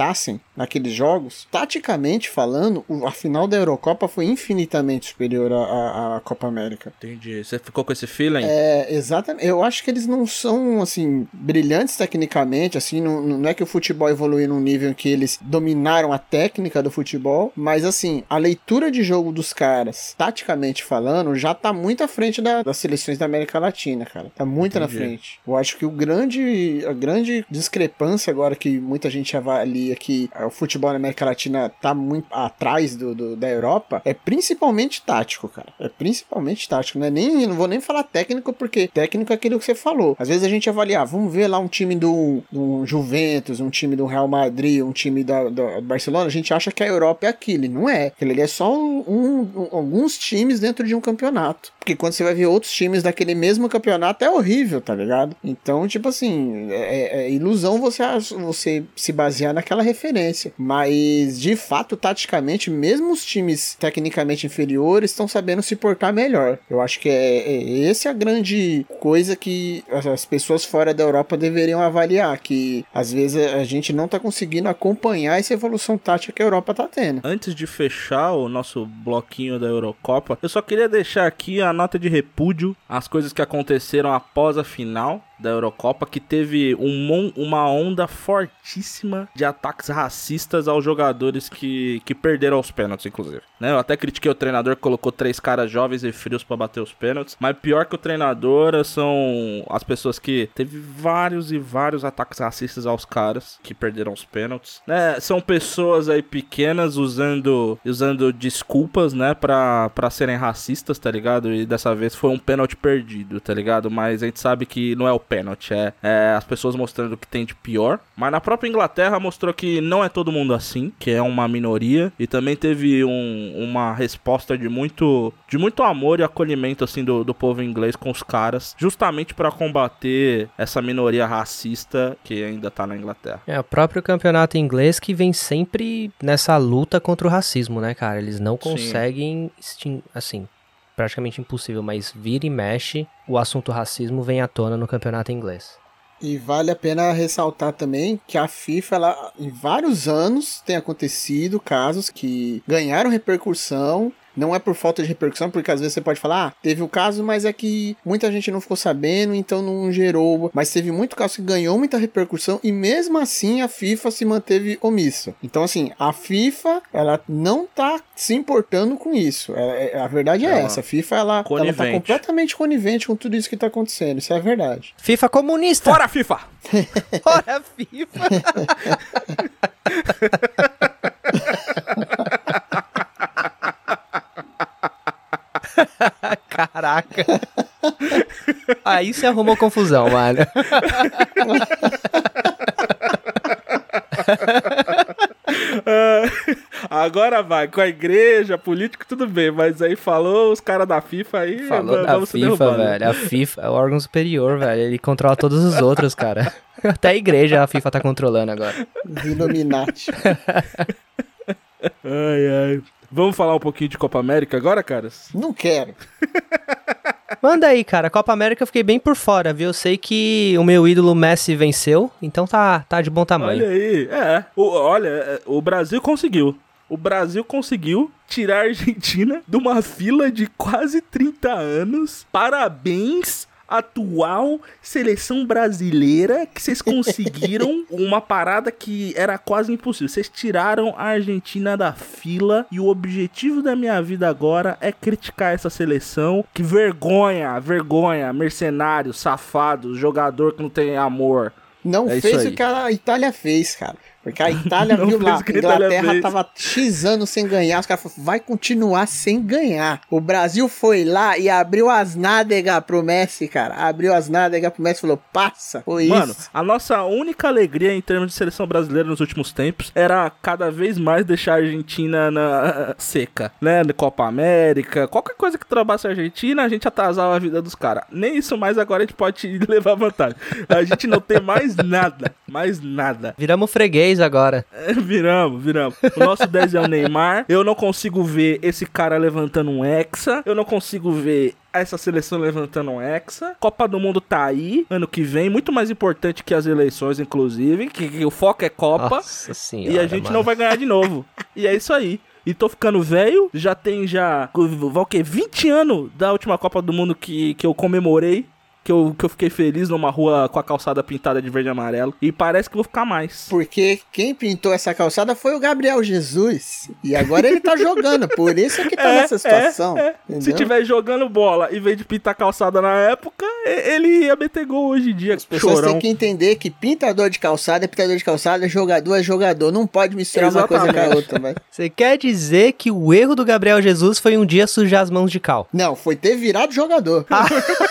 [SPEAKER 3] naqueles jogos, taticamente falando, a final da Eurocopa foi infinitamente superior à, à Copa América.
[SPEAKER 1] Entendi. Você ficou com esse feeling?
[SPEAKER 3] É, exatamente. Eu acho que eles não são, assim, brilhantes tecnicamente, assim, não, não é que o futebol evoluiu num nível em que eles dominaram a técnica do futebol, mas, assim, a leitura de jogo dos caras, taticamente falando, já tá muito à frente da, das seleções da América Latina, cara. Tá muito Entendi. na frente. Eu acho que o grande, a grande discrepância agora que muita gente avalia que o futebol na América Latina tá muito atrás do, do, da Europa, é principalmente tático, cara. É principalmente tático, né? Nem, não vou nem falar técnico, porque técnico é aquilo que você falou. Às vezes a gente avalia, ah, vamos ver lá um time do, do Juventus, um time do Real Madrid, um time da, da Barcelona, a gente acha que a Europa é aquilo, não é. Aquilo ali é só um, um, um, alguns times dentro de um campeonato. Porque quando você vai ver outros times daquele mesmo campeonato, é horrível, tá ligado? Então, tipo assim, é, é ilusão você, você se basear naquela referência. Mas, de fato, taticamente, mesmo os times tecnicamente inferiores estão sabendo se portar melhor. Eu acho que é, é essa é a grande coisa que as pessoas fora da Europa deveriam avaliar, que às vezes a gente não tá conseguindo acompanhar essa evolução tática que a Europa tá tendo.
[SPEAKER 1] Antes de fechar o nosso bloquinho da Eurocopa, eu só queria deixar aqui a nota de repúdio às coisas que aconteceram após a final da Eurocopa, que teve um, uma onda fortíssima de ataques racistas aos jogadores que, que perderam os pênaltis, inclusive. Né? Eu até critiquei o treinador que colocou três caras jovens e frios pra bater os pênaltis, mas pior que o treinador são as pessoas que teve vários e vários ataques racistas aos caras que perderam os pênaltis. Né? São pessoas aí pequenas usando, usando desculpas, né, pra, pra serem racistas, tá ligado? E dessa vez foi um pênalti perdido, tá ligado? Mas a gente sabe que não é o pênalti, é, é as pessoas mostrando o que tem de pior. Mas na própria Inglaterra mostrou que não é todo mundo assim, que é uma minoria, e também teve um, uma resposta de muito, de muito amor e acolhimento assim do, do povo inglês com os caras, justamente para combater essa minoria racista que ainda tá na Inglaterra.
[SPEAKER 2] É, o próprio campeonato inglês que vem sempre nessa luta contra o racismo, né, cara? Eles não conseguem, extin- assim... praticamente impossível, mas vira e mexe, o assunto racismo vem à tona no campeonato inglês.
[SPEAKER 3] E vale a pena ressaltar também que a FIFA, ela, em vários anos, tem acontecido casos que ganharam repercussão. Não é por falta de repercussão, porque às vezes você pode falar, ah, teve o caso, mas é que muita gente não ficou sabendo, então não gerou. Mas teve muito caso que ganhou muita repercussão e mesmo assim a FIFA se manteve omissa. Então, assim, a FIFA, ela não tá se importando com isso. É, é, a verdade é, é essa. A FIFA, ela, ela tá completamente conivente com tudo isso que tá acontecendo. Isso é a verdade.
[SPEAKER 2] FIFA comunista!
[SPEAKER 1] Fora a FIFA!
[SPEAKER 2] Fora a FIFA! Caraca. Aí você arrumou confusão, mano.
[SPEAKER 1] uh, agora vai, com a igreja, político, tudo bem, mas aí falou os caras da FIFA aí.
[SPEAKER 2] Falou da FIFA, velho. A FIFA é o órgão superior, velho. Ele controla todos os outros, cara. Até a igreja a FIFA tá controlando agora.
[SPEAKER 3] Illuminati.
[SPEAKER 1] Ai, ai. Vamos falar um pouquinho de Copa América agora, caras?
[SPEAKER 3] Não quero.
[SPEAKER 2] Manda aí, cara. Copa América eu fiquei bem por fora, viu? Eu sei que o meu ídolo Messi venceu, então tá, tá de bom tamanho.
[SPEAKER 1] Olha aí, é. O, olha, o Brasil conseguiu. O Brasil conseguiu tirar a Argentina de uma fila de quase trinta anos. Parabéns, atual seleção brasileira, que vocês conseguiram uma parada que era quase impossível. Vocês tiraram a Argentina da fila e o objetivo da minha vida agora é criticar essa seleção. Que vergonha, vergonha, mercenário, safado, jogador que não tem amor.
[SPEAKER 3] Não é fez o que a Itália fez, cara. Porque a Itália viu lá, a Inglaterra tava X anos sem ganhar, os caras falaram, vai continuar sem ganhar. O Brasil foi lá e abriu as nádegas pro Messi, cara. Abriu as nádegas pro Messi e falou, passa, foi
[SPEAKER 1] Mano,
[SPEAKER 3] isso.
[SPEAKER 1] a nossa única alegria em termos de seleção brasileira nos últimos tempos era cada vez mais deixar a Argentina na seca, né? Na Copa América, qualquer coisa que trabalhasse a Argentina, a gente atrasava a vida dos caras. Nem isso mais agora a gente pode levar vantagem. A gente não tem mais nada, mais nada.
[SPEAKER 2] Viramos freguês dez agora.
[SPEAKER 1] É, viramos, viramos. O nosso dez é o Neymar. Eu não consigo ver esse cara levantando um hexa. Eu não consigo ver essa seleção levantando um hexa. Copa do Mundo tá aí, ano que vem. Muito mais importante que as eleições, inclusive. Que, que o foco é Copa.
[SPEAKER 2] Nossa senhora,
[SPEAKER 1] e a gente
[SPEAKER 2] mano.
[SPEAKER 1] não vai ganhar de novo. E é isso aí. E tô ficando velho. Já tem já... Vai o quê? vinte anos da última Copa do Mundo que, que eu comemorei. Que eu, que eu fiquei feliz numa rua com a calçada pintada de verde e amarelo. E parece que vou ficar mais.
[SPEAKER 3] Porque quem pintou essa calçada foi o Gabriel Jesus. E agora ele tá jogando. Por isso é que tá
[SPEAKER 1] É,
[SPEAKER 3] nessa situação.
[SPEAKER 1] é, é. Se tiver jogando bola em vez de pintar calçada na época, ele ia meter gol hoje em dia.
[SPEAKER 3] As pessoas
[SPEAKER 1] Chorão.
[SPEAKER 3] têm que entender que pintador de calçada é pintador de calçada, jogador é jogador. Não pode misturar
[SPEAKER 1] Exatamente.
[SPEAKER 3] uma coisa com a outra, vai.
[SPEAKER 2] Você quer dizer que o erro do Gabriel Jesus foi um dia sujar as mãos de cal?
[SPEAKER 3] Não, foi ter virado jogador.
[SPEAKER 2] Ah.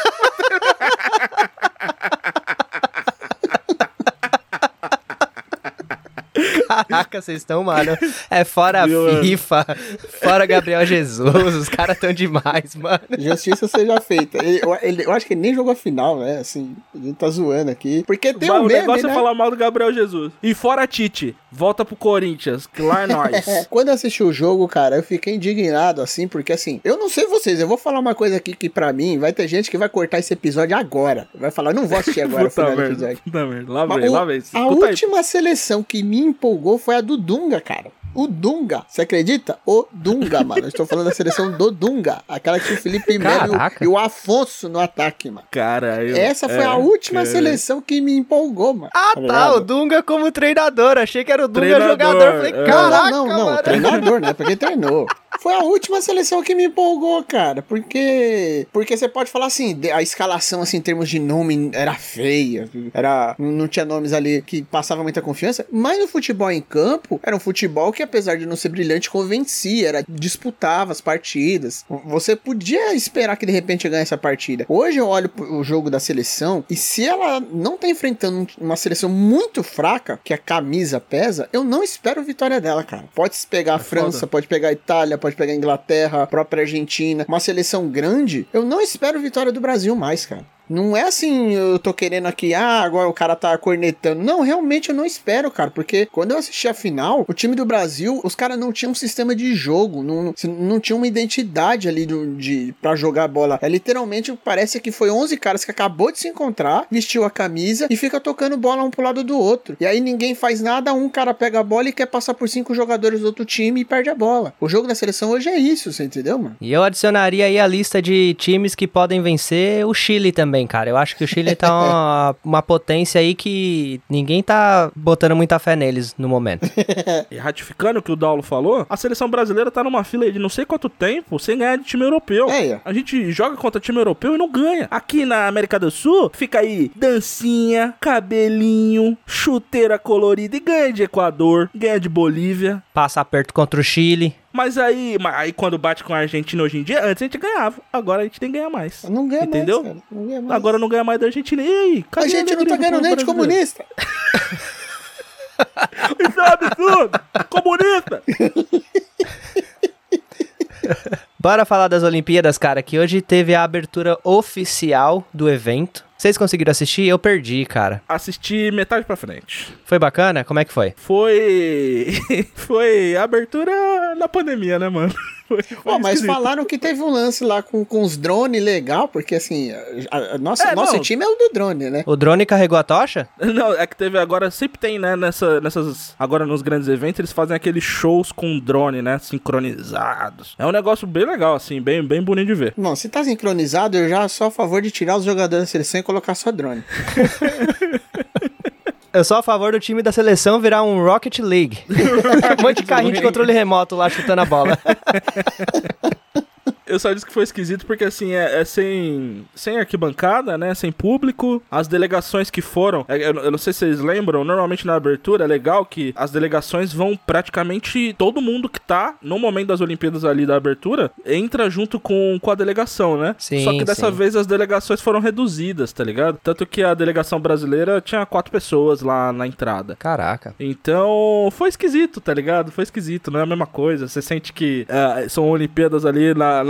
[SPEAKER 2] Caraca, vocês estão, mano. É fora a
[SPEAKER 1] Viu,
[SPEAKER 2] FIFA, fora Gabriel Jesus, os caras tão demais, mano.
[SPEAKER 3] Justiça seja feita. Ele, eu, ele- eu acho que ele nem jogou a final, né? Assim, a gente tá zoando aqui. Porque tem
[SPEAKER 1] Mas
[SPEAKER 3] um
[SPEAKER 1] o
[SPEAKER 3] meme,
[SPEAKER 1] negócio
[SPEAKER 3] né?
[SPEAKER 1] é falar mal do Gabriel Jesus. E fora Tite, volta pro Corinthians, que lá é nós.
[SPEAKER 3] É, quando eu assisti o jogo, cara, eu fiquei indignado, assim, porque assim, eu não sei vocês, eu vou falar uma coisa aqui que pra mim, vai ter gente que vai cortar esse episódio agora. Vai falar, não vou assistir agora o
[SPEAKER 1] Puta
[SPEAKER 3] final do
[SPEAKER 1] merda,
[SPEAKER 3] episódio.
[SPEAKER 1] puta merda. Lá
[SPEAKER 3] Mas
[SPEAKER 1] vem,
[SPEAKER 3] o-
[SPEAKER 1] lá vem.
[SPEAKER 3] a
[SPEAKER 1] Escuta aí.
[SPEAKER 3] última seleção que me empolgou foi a do Dunga, cara. O Dunga, você acredita? O Dunga, mano. Eu estou falando da seleção do Dunga. Aquela que tinha o Felipe Melo
[SPEAKER 2] Caraca.
[SPEAKER 3] e o Afonso no ataque, mano.
[SPEAKER 1] Cara, eu-
[SPEAKER 3] Essa foi
[SPEAKER 1] é,
[SPEAKER 3] a última
[SPEAKER 1] é.
[SPEAKER 3] seleção que me empolgou, mano.
[SPEAKER 2] Ah,
[SPEAKER 3] Tá
[SPEAKER 2] tá,
[SPEAKER 3] ligado?
[SPEAKER 2] o Dunga como treinador. Achei que era o Dunga
[SPEAKER 1] Treinador,
[SPEAKER 2] jogador. Falei,
[SPEAKER 1] é.
[SPEAKER 2] caraca,
[SPEAKER 3] não, não, não,
[SPEAKER 2] mano.
[SPEAKER 3] treinador, né? Porque treinou. Foi a última seleção que me empolgou, cara. Porque porque você pode falar assim, de- a escalação assim em termos de nome era feia, era não tinha nomes ali que passavam muita confiança, mas no futebol em campo era um futebol que apesar de não ser brilhante convencia, era disputava as partidas. Você podia esperar que de repente ganhasse essa partida. Hoje eu olho o jogo da seleção e se ela não tá enfrentando uma seleção muito fraca, que a camisa pesa, eu não espero vitória dela, cara. Pode se pegar a França,
[SPEAKER 1] foda.
[SPEAKER 3] pode pegar a Itália, pode pegar a Inglaterra, a própria Argentina, uma seleção grande, eu não espero vitória do Brasil mais, cara. Não é assim, eu tô querendo aqui, ah, agora o cara tá cornetando. Não, realmente eu não espero, cara, porque quando eu assisti a final, o time do Brasil, os caras não tinham um sistema de jogo, não, não, não tinha uma identidade ali do, de, pra jogar bola. É literalmente, parece que foi onze caras que acabou de se encontrar, vestiu a camisa e fica tocando bola um pro lado do outro. E aí ninguém faz nada, um cara pega a bola e quer passar por cinco jogadores do outro time e perde a bola. O jogo da seleção hoje é isso, você entendeu, mano?
[SPEAKER 2] E eu adicionaria aí a lista de times que podem vencer o Chile também, cara. Eu acho que o Chile tá uma, uma potência aí que ninguém tá botando muita fé neles no momento.
[SPEAKER 1] E ratificando o que o Daulo falou, a seleção brasileira tá numa fila aí de não sei quanto tempo sem ganhar de time europeu.
[SPEAKER 3] É, é.
[SPEAKER 1] A gente joga contra time europeu e não ganha. Aqui na América do Sul, fica aí dancinha, cabelinho, chuteira colorida e ganha de Equador, ganha de Bolívia.
[SPEAKER 2] Passa aperto contra o Chile.
[SPEAKER 1] Mas aí, mas aí quando bate com a Argentina hoje em dia, antes a gente ganhava. Agora a gente tem que ganhar mais.
[SPEAKER 3] Não ganha
[SPEAKER 1] Entendeu?
[SPEAKER 3] mais, cara. Não ganha mais.
[SPEAKER 1] Agora não ganha mais da Argentina. E aí?
[SPEAKER 3] A gente não tá ganhando nem de comunista.
[SPEAKER 1] Isso é um absurdo! Comunista!
[SPEAKER 2] Bora falar das Olimpíadas, cara, que hoje teve a abertura oficial do evento. Vocês conseguiram assistir? Eu perdi, cara.
[SPEAKER 1] Assisti metade pra frente.
[SPEAKER 2] Foi bacana? Como é que foi?
[SPEAKER 1] Foi. Foi abertura na pandemia, né, mano? Foi, foi
[SPEAKER 3] Pô, mas
[SPEAKER 1] esquisito.
[SPEAKER 3] falaram que teve um lance lá com, com os drones legal, porque assim, a, a nossa,
[SPEAKER 1] É,
[SPEAKER 3] nosso
[SPEAKER 1] não.
[SPEAKER 3] time é o do drone, né?
[SPEAKER 2] O drone carregou a tocha?
[SPEAKER 1] Não, é que teve agora, sempre tem, né, nessa, nessas, agora nos grandes eventos, eles fazem aqueles shows com drone, né, sincronizados. É um negócio bem legal, assim, bem, bem bonito de ver.
[SPEAKER 3] Bom, se tá sincronizado, eu já sou a favor de tirar os jogadores da seleção e colocar só drone.
[SPEAKER 2] Eu sou a favor do time da seleção virar um Rocket League. Um monte de carrinho de controle remoto lá chutando a bola.
[SPEAKER 1] Eu só disse que foi esquisito porque, assim, é, é sem, sem arquibancada, né, sem público. As delegações que foram, é, eu, eu não sei se vocês lembram, normalmente na abertura é legal que as delegações vão praticamente, todo mundo que tá no momento das Olimpíadas ali da abertura, entra junto com, com a delegação, né?
[SPEAKER 2] Sim,
[SPEAKER 1] Só que dessa
[SPEAKER 2] sim.
[SPEAKER 1] vez as delegações foram reduzidas, tá ligado? Tanto que a delegação brasileira tinha quatro pessoas lá na entrada.
[SPEAKER 2] Caraca.
[SPEAKER 1] Então, foi esquisito, tá ligado? Foi esquisito, não é a mesma coisa. Você sente que ah, são Olimpíadas ali na, na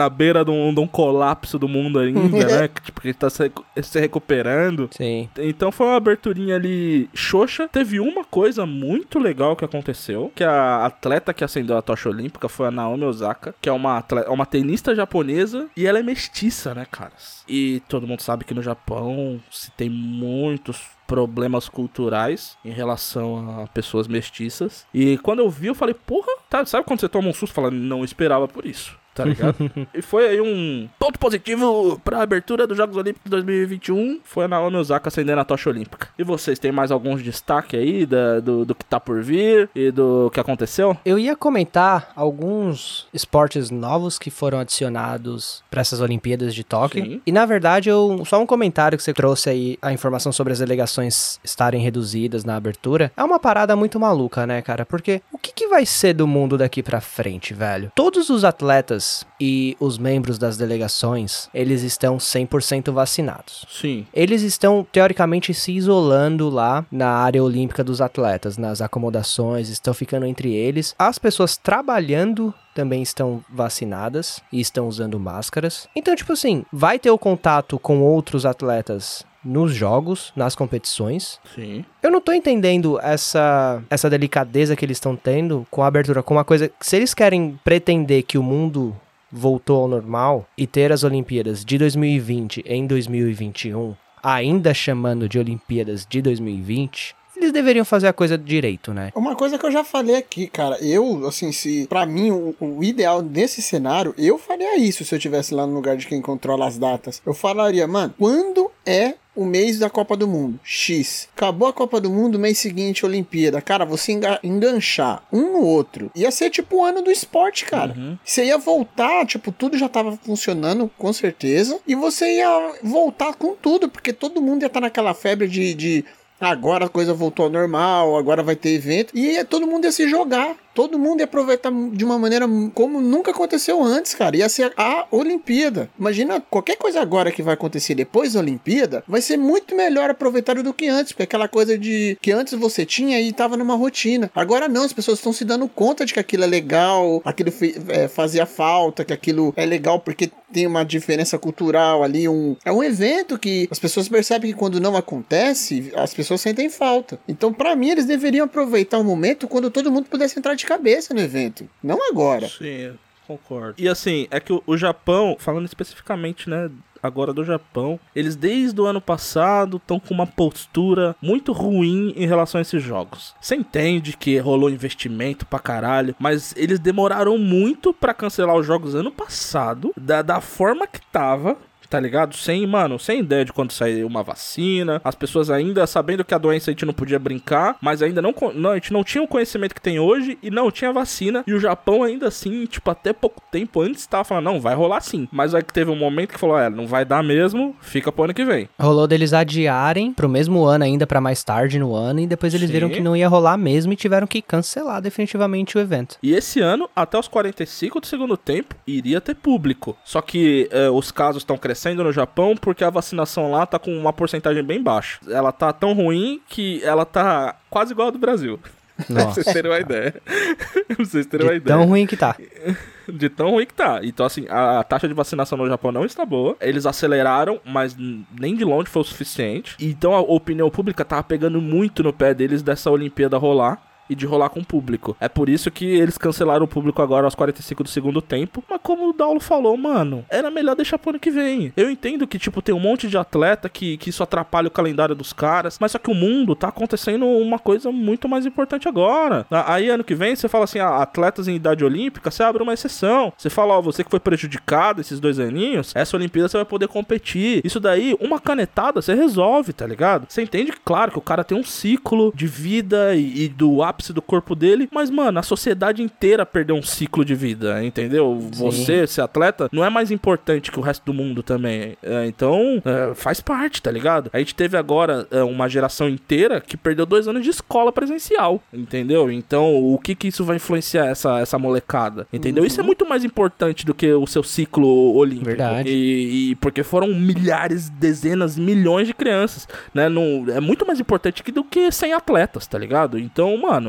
[SPEAKER 1] beira de um, de um colapso do mundo ainda, né? Que, tipo, que a gente tá se, se recuperando.
[SPEAKER 2] Sim.
[SPEAKER 1] Então foi uma aberturinha ali xoxa. Teve uma coisa muito legal que aconteceu, que a atleta que acendeu a tocha olímpica foi a Naomi Osaka, que é uma, atleta, uma tenista japonesa, e ela é mestiça, né, cara? E todo mundo sabe que no Japão se tem muitos problemas culturais em relação a pessoas mestiças. E quando eu vi, eu falei, porra, tá, sabe quando você toma um susto e fala, não esperava por isso, tá ligado? E foi aí um ponto positivo pra abertura dos Jogos Olímpicos de dois mil e vinte e um, foi a Naomi Osaka acendendo a tocha olímpica. E vocês, tem mais alguns destaques aí da, do, do que tá por vir e do que aconteceu?
[SPEAKER 2] Eu ia comentar alguns esportes novos que foram adicionados para essas Olimpíadas de Tóquio.
[SPEAKER 1] Sim.
[SPEAKER 2] E na verdade, eu, só um comentário que você trouxe aí, a informação sobre as delegações estarem reduzidas na abertura, é uma parada muito maluca, né, cara? Porque o que, que vai ser do mundo daqui pra frente, velho? Todos os atletas e os membros das delegações, eles estão cem por cento vacinados.
[SPEAKER 1] Sim.
[SPEAKER 2] Eles estão, teoricamente, se isolando lá na área olímpica dos atletas, nas acomodações, estão ficando entre eles. As pessoas trabalhando também estão vacinadas e estão usando máscaras. Então, tipo assim, vai ter o contato com outros atletas nos jogos, nas competições.
[SPEAKER 1] Sim.
[SPEAKER 2] Eu não tô entendendo essa, essa delicadeza que eles estão tendo com a abertura, com uma coisa... Se eles querem pretender que o mundo voltou ao normal e ter as Olimpíadas de dois mil e vinte em dois mil e vinte e um, ainda chamando de Olimpíadas de dois mil e vinte... eles deveriam fazer a coisa direito, né?
[SPEAKER 3] Uma coisa que eu já falei aqui, cara, eu, assim, se pra mim o, o ideal nesse cenário, eu faria isso se eu estivesse lá no lugar de quem controla as datas. Eu falaria, mano, quando é o mês da Copa do Mundo? X. Acabou a Copa do Mundo, mês seguinte, Olimpíada. Cara, você enga- enganchar um no outro. Ia ser tipo o ano do esporte, cara. Uhum. Você ia voltar, tipo, tudo já tava funcionando, com certeza. E você ia voltar com tudo, porque todo mundo ia estar naquela febre de... de agora a coisa voltou ao normal, agora vai ter evento. E ia, todo mundo ia se jogar. Todo mundo ia aproveitar de uma maneira como nunca aconteceu antes, cara. Ia ser a Olimpíada. Imagina, qualquer coisa agora que vai acontecer depois da Olimpíada, vai ser muito melhor aproveitado do que antes. Porque aquela coisa de que antes você tinha e tava numa rotina. Agora não, as pessoas estão se dando conta de que aquilo é legal, aquilo é, fazia falta, que aquilo é legal porque tem uma diferença cultural ali. Um, é um evento que as pessoas percebem que quando não acontece, as pessoas sentem falta. Então, pra mim, eles deveriam aproveitar o momento quando todo mundo pudesse entrar de cabeça no evento, não agora.
[SPEAKER 1] Sim, concordo. E assim, é que o, o Japão, falando especificamente, né, agora do Japão, eles desde o ano passado estão com uma postura muito ruim em relação a esses jogos. Você entende que rolou investimento pra caralho, mas eles demoraram muito pra cancelar os jogos ano passado, da, da forma que tava, tá ligado? Sem, mano, sem ideia de quando sair uma vacina, as pessoas ainda sabendo que a doença a gente não podia brincar, mas ainda não, não, a gente não tinha o conhecimento que tem hoje e não tinha vacina, e o Japão ainda assim, tipo, até pouco tempo antes tava falando, não, vai rolar sim, mas aí que teve um momento que falou, é, não vai dar mesmo, fica pro ano que vem.
[SPEAKER 2] Rolou deles adiarem pro mesmo ano ainda, pra mais tarde no ano, e depois eles Sim. viram que não ia rolar mesmo e tiveram que cancelar definitivamente o evento.
[SPEAKER 1] E esse ano, até os quarenta e cinco do segundo tempo, iria ter público, só que eh, os casos estão crescendo no Japão porque a vacinação lá tá com uma porcentagem bem baixa. Ela tá tão ruim que ela tá quase igual a do Brasil. Pra vocês terem uma ideia. Pra vocês terem uma ideia.
[SPEAKER 2] De tão ruim que tá.
[SPEAKER 1] De tão ruim que tá. Então, assim, a taxa de vacinação no Japão não está boa. Eles aceleraram, mas nem de longe foi o suficiente. Então, a opinião pública tava pegando muito no pé deles dessa Olimpíada rolar e de rolar com o público. É por isso que eles cancelaram o público agora aos quarenta e cinco do segundo tempo. Mas como o Daulo falou, mano, era melhor deixar pro ano que vem. Eu entendo que, tipo, tem um monte de atleta que, que isso atrapalha o calendário dos caras, mas só que o mundo tá acontecendo uma coisa muito mais importante agora. Aí, ano que vem, você fala assim, ah, atletas em idade olímpica, você abre uma exceção. Você fala, ó, você que foi prejudicado esses dois aninhos, essa Olimpíada você vai poder competir. Isso daí, uma canetada, você resolve, tá ligado? Você entende, claro, que o cara tem um ciclo de vida e, e do ápice do corpo dele, mas, mano, a sociedade inteira perdeu um ciclo de vida, entendeu? Sim. Você, ser atleta, não é mais importante que o resto do mundo também. É, então, é, faz parte, tá ligado? A gente teve agora é, uma geração inteira que perdeu dois anos de escola presencial, entendeu? Então, o que que isso vai influenciar essa, essa molecada, entendeu? Uhum. Isso é muito mais importante do que o seu ciclo olímpico.
[SPEAKER 2] Verdade.
[SPEAKER 1] E, e porque foram milhares, dezenas, milhões de crianças, né? Não, é muito mais importante que, do que cem atletas, tá ligado? Então, mano,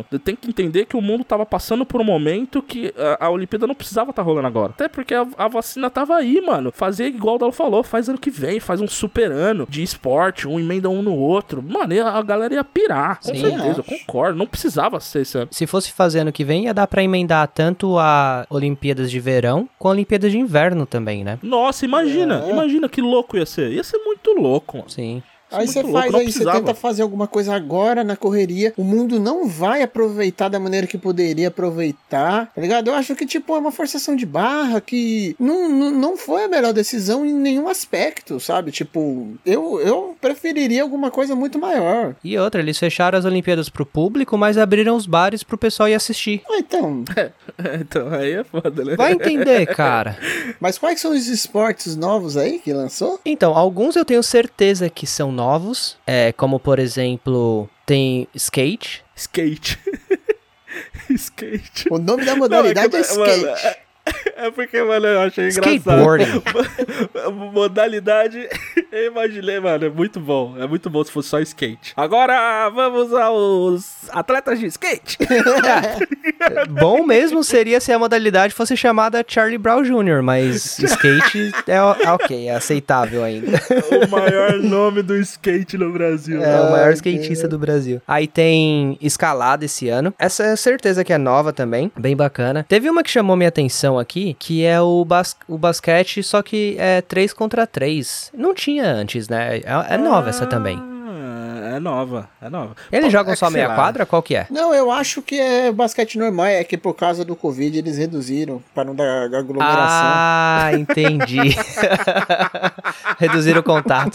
[SPEAKER 1] mano. Tem que entender que o mundo tava passando por um momento que a, a Olimpíada não precisava estar tá rolando agora. Até porque a, a vacina tava aí, mano. Fazer igual o Dalo falou, faz ano que vem, faz um super ano de esporte, um emenda um no outro. Mano, a, a galera ia pirar. Com
[SPEAKER 2] Sim,
[SPEAKER 1] certeza, eu
[SPEAKER 3] acho.
[SPEAKER 1] concordo. Não precisava ser esse ano.
[SPEAKER 2] Se fosse fazer ano que vem, ia dar pra emendar tanto a Olimpíadas de verão com a Olimpíadas de inverno também, né?
[SPEAKER 1] Nossa, imagina.
[SPEAKER 3] É.
[SPEAKER 1] Imagina que louco ia ser. Ia ser muito louco, mano.
[SPEAKER 2] Sim.
[SPEAKER 3] Aí
[SPEAKER 1] Muito
[SPEAKER 3] você
[SPEAKER 1] louco,
[SPEAKER 3] faz
[SPEAKER 1] não
[SPEAKER 3] aí, você
[SPEAKER 1] precisava.
[SPEAKER 3] tenta fazer alguma coisa agora na correria, o mundo não vai aproveitar da maneira que poderia aproveitar, tá ligado? Eu acho que, tipo, é uma forçação de barra que não, não, não foi a melhor decisão em nenhum aspecto, sabe? Tipo, eu, eu preferiria alguma coisa muito maior.
[SPEAKER 2] E outra, eles fecharam as Olimpíadas pro público, mas abriram os bares pro pessoal ir assistir.
[SPEAKER 3] Ah, então,
[SPEAKER 1] Então aí é foda, né?
[SPEAKER 2] Vai entender, cara.
[SPEAKER 3] mas quais são os esportes novos aí que lançou?
[SPEAKER 2] Então, alguns eu tenho certeza que são novos, é, como por exemplo, tem skate.
[SPEAKER 1] Skate. Skate.
[SPEAKER 3] O nome da modalidade
[SPEAKER 1] Não,
[SPEAKER 3] é,
[SPEAKER 1] é que,
[SPEAKER 3] skate.
[SPEAKER 1] mano, É porque, mano, eu achei engraçado.
[SPEAKER 2] Skateboarding.
[SPEAKER 1] Modalidade, eu imaginei, mano, é muito bom. É muito bom se fosse só skate. Agora vamos aos atletas de skate.
[SPEAKER 2] Bom mesmo seria se a modalidade fosse chamada Charlie Brown Júnior, mas skate é, o- é ok, é aceitável ainda.
[SPEAKER 1] O maior nome do skate no Brasil.
[SPEAKER 2] É o
[SPEAKER 3] Ai,
[SPEAKER 2] maior
[SPEAKER 3] que-
[SPEAKER 2] skatista do Brasil. Aí tem escalada esse ano. Essa é certeza que é nova também, bem bacana. Teve uma que chamou minha atenção aqui, que é o, bas o basquete, só que é três contra três. Não tinha antes, né? É, é nova essa também.
[SPEAKER 1] Ah, é nova, é nova.
[SPEAKER 2] Eles
[SPEAKER 1] Pô,
[SPEAKER 2] jogam
[SPEAKER 1] é
[SPEAKER 2] só
[SPEAKER 1] que, sei
[SPEAKER 2] meia
[SPEAKER 1] lá,
[SPEAKER 2] quadra? Qual que é?
[SPEAKER 3] Não, eu acho que é basquete normal, é que por causa do Covid eles reduziram para não dar aglomeração.
[SPEAKER 2] Ah, entendi. Reduzir o contato.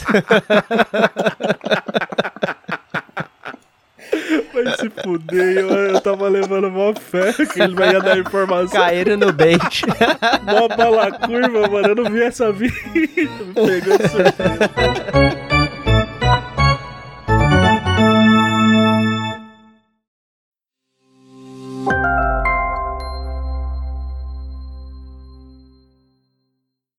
[SPEAKER 1] Vai se fuder, eu, eu tava levando mó fé que ele vai dar informação.
[SPEAKER 2] Caíram no bait.
[SPEAKER 1] Mó bala curva, mano, eu não vi essa vida. Me pegou de surpresa.